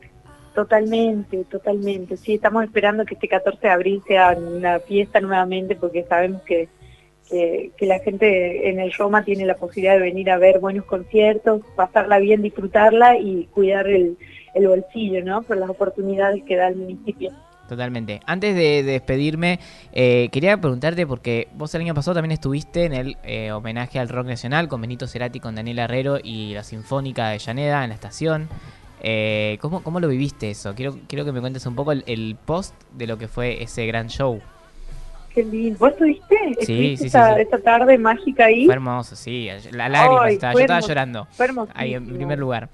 Speaker 5: Totalmente, totalmente. Sí, estamos esperando que este catorce de abril sea una fiesta nuevamente porque sabemos que, que, que la gente en el Roma tiene la posibilidad de venir a ver buenos conciertos, pasarla bien, disfrutarla y cuidar el, el bolsillo, ¿no? Por las oportunidades que da el municipio.
Speaker 3: Totalmente. Antes de, de despedirme, eh, quería preguntarte, porque vos el año pasado también estuviste en el eh, homenaje al rock nacional con Benito Cerati, con Daniel Herrero y la Sinfónica de Llaneda en la estación. Eh, ¿cómo, ¿Cómo lo viviste eso? Quiero, quiero que me cuentes un poco el, el post de lo que fue ese gran show.
Speaker 5: Qué lindo. ¿Vos estuviste?
Speaker 3: Sí,
Speaker 5: ¿Estuviste
Speaker 3: sí,
Speaker 5: esa,
Speaker 3: sí, sí.
Speaker 5: esa tarde mágica ahí?
Speaker 3: Fue hermoso, sí. La lágrima,
Speaker 5: Ay,
Speaker 3: estaba,
Speaker 5: fue
Speaker 3: yo estaba
Speaker 5: hermoso,
Speaker 3: llorando.
Speaker 5: Fue hermosísimo.
Speaker 3: Ahí en primer lugar.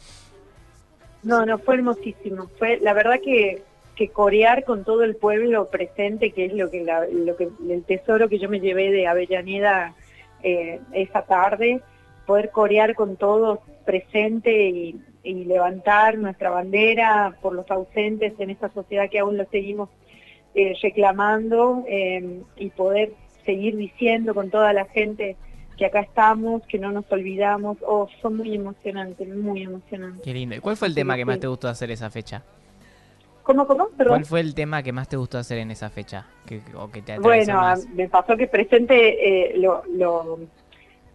Speaker 5: No, no, fue hermosísimo. Fue, la verdad que, que corear con todo el pueblo presente, que es lo que, la, lo que el tesoro que yo me llevé de Avellaneda eh, esa tarde, poder corear con todos presente y, y levantar nuestra bandera por los ausentes en esta sociedad que aún lo seguimos eh, reclamando eh, y poder seguir diciendo con toda la gente que acá estamos, que no nos olvidamos. Oh, son muy emocionantes, muy emocionantes.
Speaker 3: Qué lindo. ¿Y cuál fue el tema que más te gustó hacer esa fecha?
Speaker 5: ¿Cómo, cómo? Perdón.
Speaker 3: ¿Cuál fue el tema que más te gustó hacer en esa fecha? Que, o que te atravesó
Speaker 5: Bueno,
Speaker 3: más?
Speaker 5: me pasó que presente eh, lo, lo,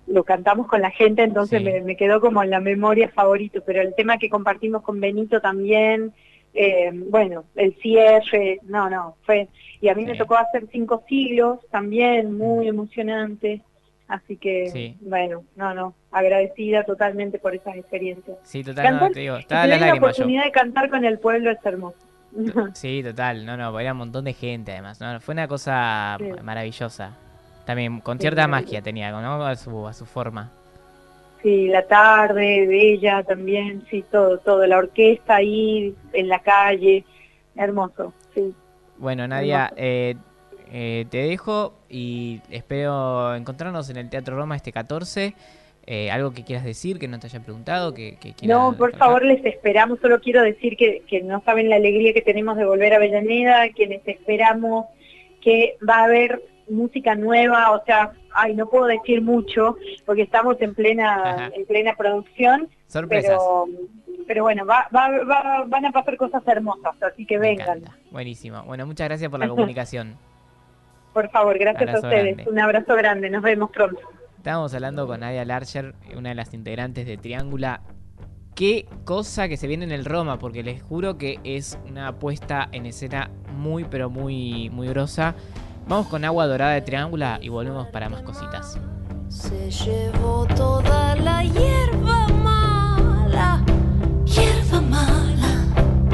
Speaker 5: lo cantamos con la gente, entonces
Speaker 3: Sí.
Speaker 5: me, me quedó como en la memoria favorito, pero el tema que compartimos con Benito también, eh, bueno, el cierre, no, no, fue, y a mí me
Speaker 3: Sí.
Speaker 5: tocó hacer cinco siglos también, muy emocionante, así que,
Speaker 3: Sí.
Speaker 5: bueno, no, no, agradecida totalmente por esas experiencias.
Speaker 3: Sí, total, no,
Speaker 5: Cantar,
Speaker 3: te digo,
Speaker 5: y
Speaker 3: estaba la
Speaker 5: tener la
Speaker 3: lágrima yo.
Speaker 5: oportunidad de cantar con el pueblo es hermoso.
Speaker 3: Sí, total, no, no, era un montón de gente además, ¿no? Fue una cosa
Speaker 5: Sí.
Speaker 3: maravillosa. También con
Speaker 5: Sí,
Speaker 3: cierta
Speaker 5: maravilloso.
Speaker 3: magia tenía, ¿no? A su, a su forma.
Speaker 5: Sí, la tarde, Bella también, sí, todo, todo, la orquesta ahí en la calle, hermoso, sí.
Speaker 3: Bueno, Nadia,
Speaker 5: Hermoso.
Speaker 3: eh, eh, te dejo y espero encontrarnos en el Teatro Roma este catorce. Eh, algo que quieras decir, que no te haya preguntado, que, que quieras
Speaker 5: No, por
Speaker 3: recalcar.
Speaker 5: favor, les esperamos, solo quiero decir que, que no saben la alegría que tenemos de volver a Avellaneda, que les esperamos, que va a haber música nueva, o sea, ay, no puedo decir mucho, porque estamos en plena,
Speaker 3: Ajá.
Speaker 5: en plena producción,
Speaker 3: Sorpresas.
Speaker 5: pero, pero bueno, va, va, va- van a pasar cosas hermosas, así que
Speaker 3: Me
Speaker 5: vengan.
Speaker 3: encanta. Buenísimo. Bueno, muchas gracias por la comunicación.
Speaker 5: Por favor, gracias
Speaker 3: Abrazo
Speaker 5: a ustedes.
Speaker 3: grande.
Speaker 5: Un abrazo grande. Nos vemos pronto.
Speaker 3: Estábamos hablando con Nadia Larcher, una de las integrantes de Triángula. Qué cosa que se viene en el Roma, porque les juro que es una puesta en escena muy, pero muy, muy grosa. Vamos con Agua Dorada de Triángula y volvemos para más cositas.
Speaker 6: Se llevó toda la hierba mala, hierba mala.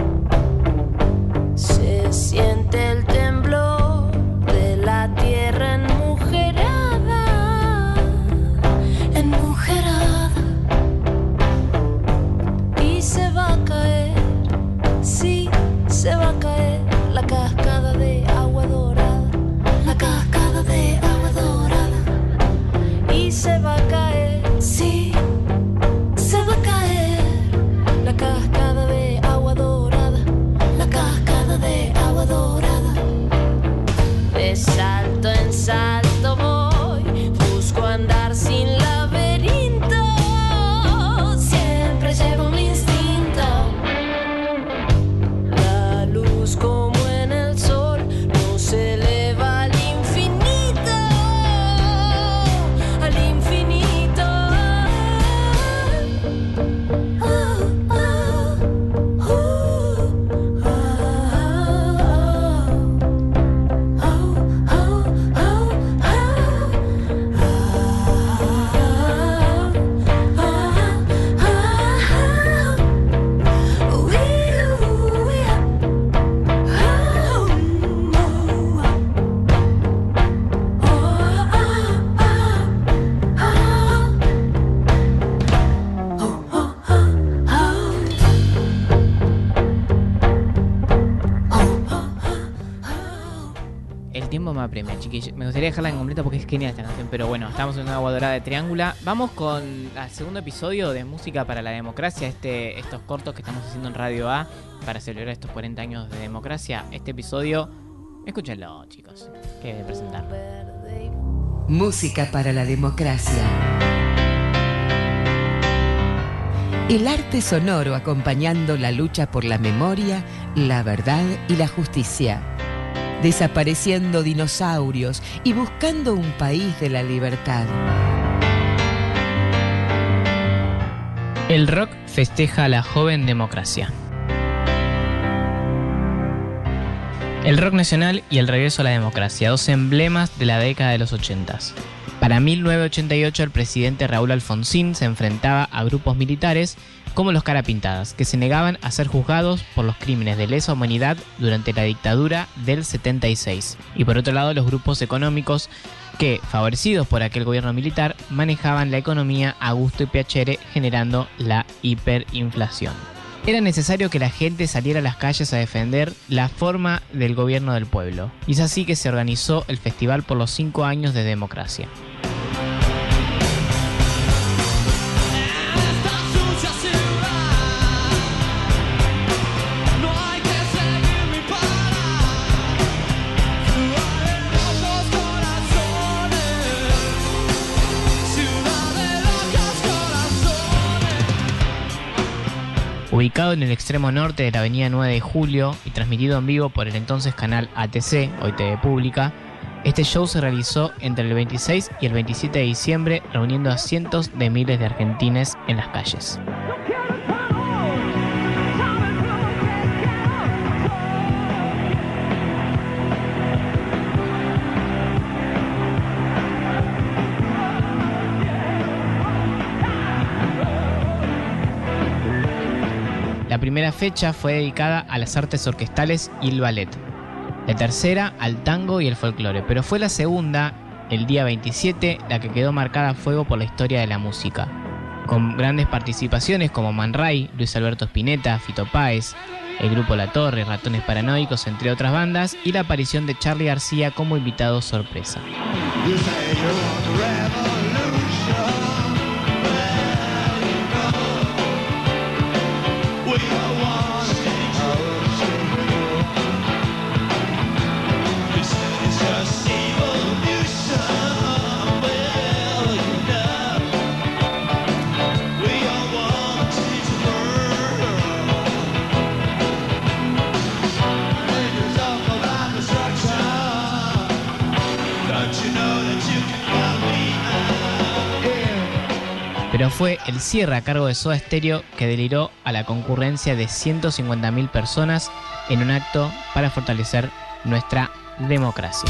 Speaker 6: Se siente el temblor de la tierra enmujerada, enmujerada. Y se va a caer, sí, se va a caer la cascada de agua dorada, la cascada de agua dorada. Y se va a caer, sí, se va a caer la cascada de agua dorada, la cascada de agua dorada. De salto en salto voy, busco andar sin laberinto, siempre llevo mi instinto. La luz como en el sol no se eleva al infinito, al infinito. Ah, ah, uh, ah, ah, ah,
Speaker 3: El tiempo me apremia, chiquillos. Me gustaría dejarla en completa porque es genial esta canción. Pero bueno, estamos en una Agua Dorada de Triángula. Vamos con el segundo episodio de Música para la Democracia. Este, estos cortos que estamos haciendo en Radio A para celebrar estos cuarenta años de democracia. Este episodio, escúchenlo, chicos. Que de presentar.
Speaker 1: Música para la democracia. El arte sonoro acompañando la lucha por la memoria, la verdad y la justicia. Desapareciendo dinosaurios y buscando un país de la libertad.
Speaker 3: El rock festeja la joven democracia. El rock nacional y el regreso a la democracia, dos emblemas de la década de los ochentas. Para mil novecientos ochenta y ocho el presidente Raúl Alfonsín se enfrentaba a grupos militares como los Carapintadas, que se negaban a ser juzgados por los crímenes de lesa humanidad durante la dictadura del setenta y seis. Y por otro lado los grupos económicos que, favorecidos por aquel gobierno militar, manejaban la economía a gusto y piacere, generando la hiperinflación. Era necesario que la gente saliera a las calles a defender la forma del gobierno del pueblo. Y es así que se organizó el Festival por los cinco años de democracia.
Speaker 4: Esta sucia ciudad, no hay que seguir ni parar. Ciudad de locos corazones, ciudad de locos corazones.
Speaker 3: Ubicado en el extremo norte de la avenida nueve de julio y transmitido en vivo por el entonces canal A T C, hoy T V Pública, Este show se realizó entre el veintiséis y el veintisiete de diciembre, reuniendo a cientos de miles de argentines en las calles. La primera fecha fue dedicada a las artes orquestales y el ballet. La tercera al tango y el folclore, pero fue la segunda, el día veintisiete, la que quedó marcada a fuego por la historia de la música, con grandes participaciones como Man Ray, Luis Alberto Spinetta, Fito Páez, el grupo La Torre, Ratones Paranoicos, entre otras bandas, y la aparición de Charly García como invitado sorpresa. Pero fue el cierre a cargo de Soda Stereo que deliró a la concurrencia de ciento cincuenta mil personas en un acto para fortalecer nuestra democracia.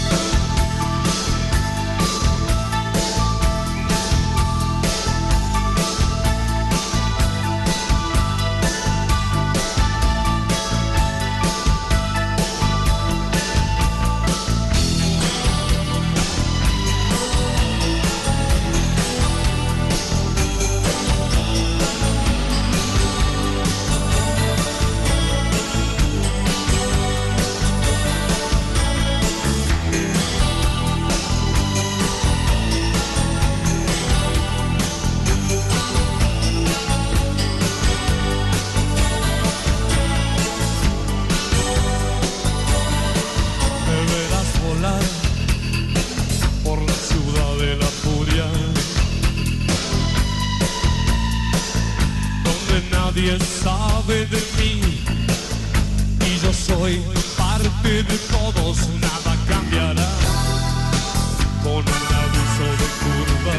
Speaker 7: Nadie sabe de mí y yo soy parte de todos, nada cambiará con un aviso de curva.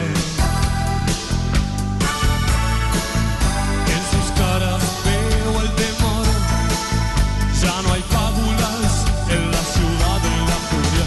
Speaker 7: En sus caras veo el temor, ya no hay fábulas en la ciudad de la furia.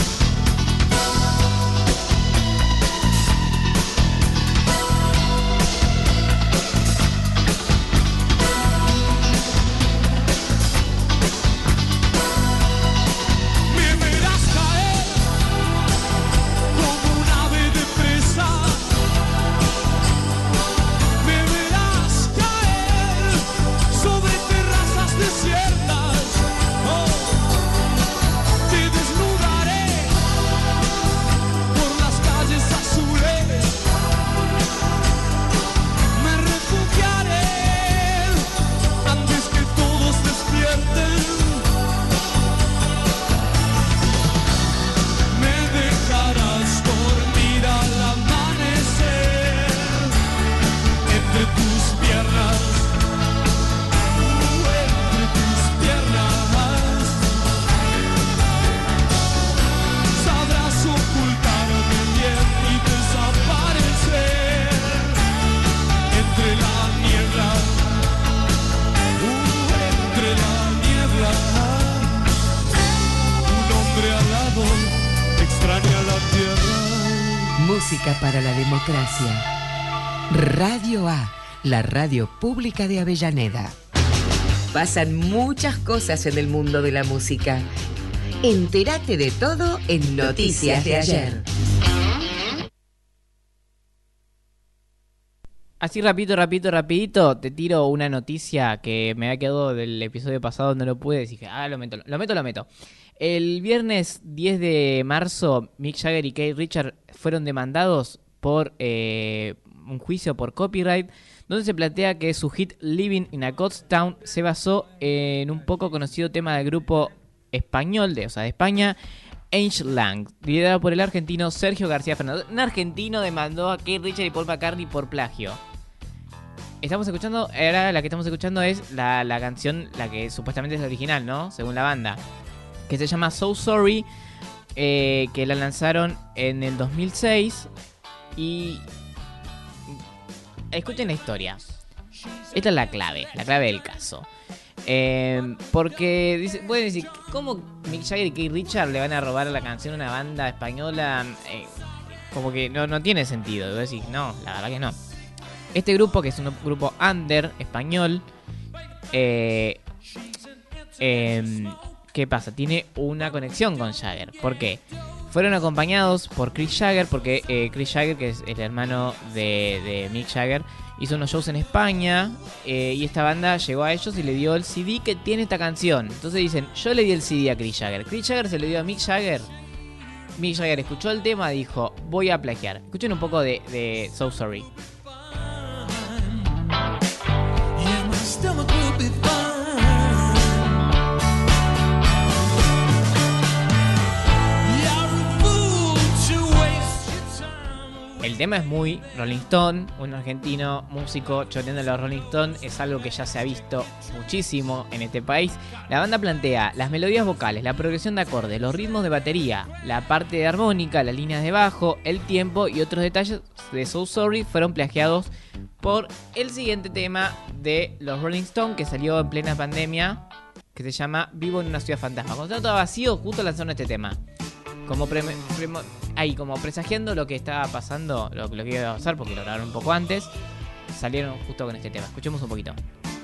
Speaker 1: Música para la democracia. Radio A, la radio pública de Avellaneda. Pasan muchas cosas en el mundo de la música. Entérate de todo en Noticias de Ayer.
Speaker 3: Así rapidito, rapidito, rapidito, te tiro una noticia que me había quedado del episodio pasado, no lo pude decir. Dije, ah, lo meto, lo meto, lo meto. El viernes diez de marzo, Mick Jagger y Keith Richards fueron demandados por eh, un juicio por copyright, donde se plantea que su hit Living in a Ghost Town se basó en un poco conocido tema del grupo español, de, o sea, de España, Ange Lang, liderado por el argentino Sergio García Fernández. Un argentino demandó a Keith Richards y Paul McCartney por plagio. Estamos escuchando, ahora la que estamos escuchando es la, la canción, la que supuestamente es la original, ¿no? Según la banda, que se llama So Sorry, eh, que la lanzaron en el dos mil seis y... Escuchen la historia. Esta es la clave, la clave del caso. Eh, porque dice, pueden decir, ¿cómo Mick Jagger y Keith Richards le van a robar la canción a una banda española? Eh, como que no, no tiene sentido. Y vos decís, no, la verdad que no. Este grupo, que es un grupo under español, eh, eh, ¿qué pasa? Tiene una conexión con Jagger. ¿Por qué? Fueron acompañados por Chris Jagger, porque eh, Chris Jagger, que es el hermano de, de Mick Jagger, hizo unos shows en España, eh, y esta banda llegó a ellos y le dio el C D que tiene esta canción. Entonces dicen, yo le di el C D a Chris Jagger, Chris Jagger se lo dio a Mick Jagger. Mick Jagger escuchó el tema y dijo, voy a plagiar. Escuchen un poco de, de So Sorry.
Speaker 4: Yeah, my stomach will be fine.
Speaker 3: El tema es muy Rolling Stone, un argentino músico choreando a los Rolling Stone, es algo que ya se ha visto muchísimo en este país. La banda plantea las melodías vocales, la progresión de acordes, los ritmos de batería, la parte de armónica, las líneas de bajo, el tiempo y otros detalles de So Sorry fueron plagiados por el siguiente tema de los Rolling Stone, que salió en plena pandemia, que se llama Vivo en una ciudad fantasma. Cuando estaba todo vacío, justo lanzaron este tema. Como, pre, pre, ahí, como presagiando lo que estaba pasando, lo, lo que iba a pasar, porque lo grabaron un poco antes, salieron justo con este tema. Escuchemos un poquito.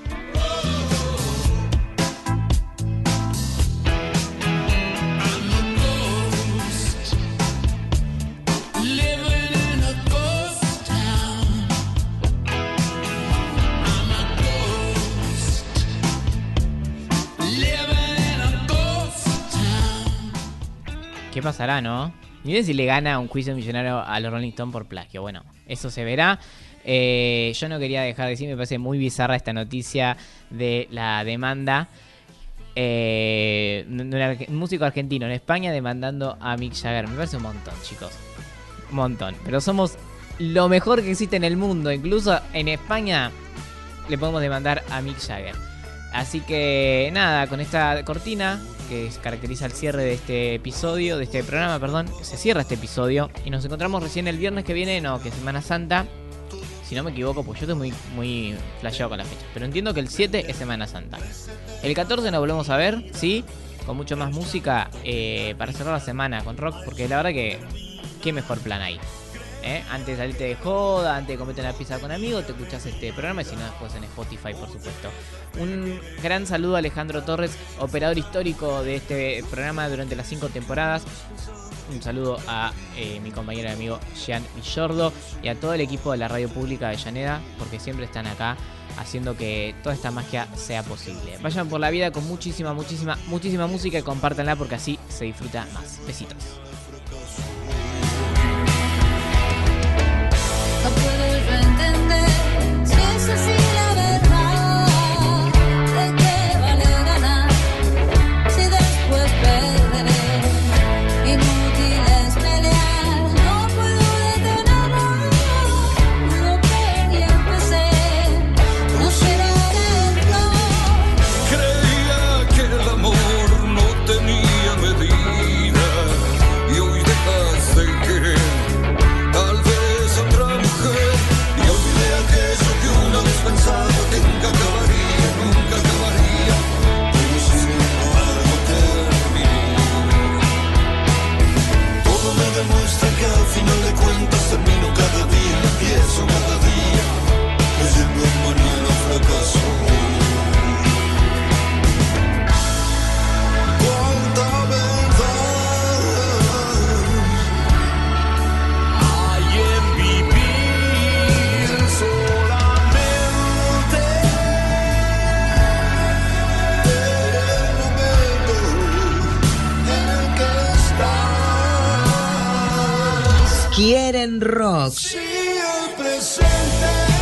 Speaker 3: ¿Qué pasará, no? Miren si le gana un juicio millonario a los Rolling Stones por plagio. Bueno, eso se verá. Eh, yo no quería dejar de decir, me parece muy bizarra esta noticia de la demanda. Eh, un músico argentino en España demandando a Mick Jagger. Me parece un montón, chicos. Un montón. Pero somos lo mejor que existe en el mundo. Incluso en España le podemos demandar a Mick Jagger. Así que nada, con esta cortina que caracteriza el cierre de este episodio, de este programa, perdón, se cierra este episodio y nos encontramos recién el viernes que viene, no, que es Semana Santa, si no me equivoco, pues yo estoy muy, muy flasheado con la fecha, pero entiendo que el siete es Semana Santa. El catorce nos volvemos a ver, sí, con mucho más música eh, para cerrar la semana con rock, porque la verdad que qué mejor plan hay. ¿Eh? Antes de salirte de joda, antes de comerte una pizza con amigos, te escuchás este programa y si no después en Spotify, por supuesto. Un gran saludo a Alejandro Torres, operador histórico de este programa durante las cinco temporadas. Un saludo a eh, mi compañero y amigo Jean Villordo y a todo el equipo de la Radio Pública de Avellaneda, porque siempre están acá haciendo que toda esta magia sea posible. Vayan por la vida con muchísima, muchísima, muchísima música y compártanla porque así se disfruta más. Besitos.
Speaker 6: No puedo yo entender si es así la verdad. ¿De qué vale ganar si después perderé? Inútil es pelear, no puedo detenerlo. Lo que ya empecé no será dentro.
Speaker 7: Creía que el amor no tenía medida y hoy dejas de querer. Tal vez otra mujer y olvidé aquello que una vez pensaba que nunca acabaría, nunca acabaría, pero sin embargo terminó. Todo me demuestra que al final de cuentas termino cada día, empiezo cada día, creyendo en mañana fracaso. Cuánta verdad hay en vivir solamente el momento en el que estás.
Speaker 1: Quieren rock.
Speaker 7: Si el presente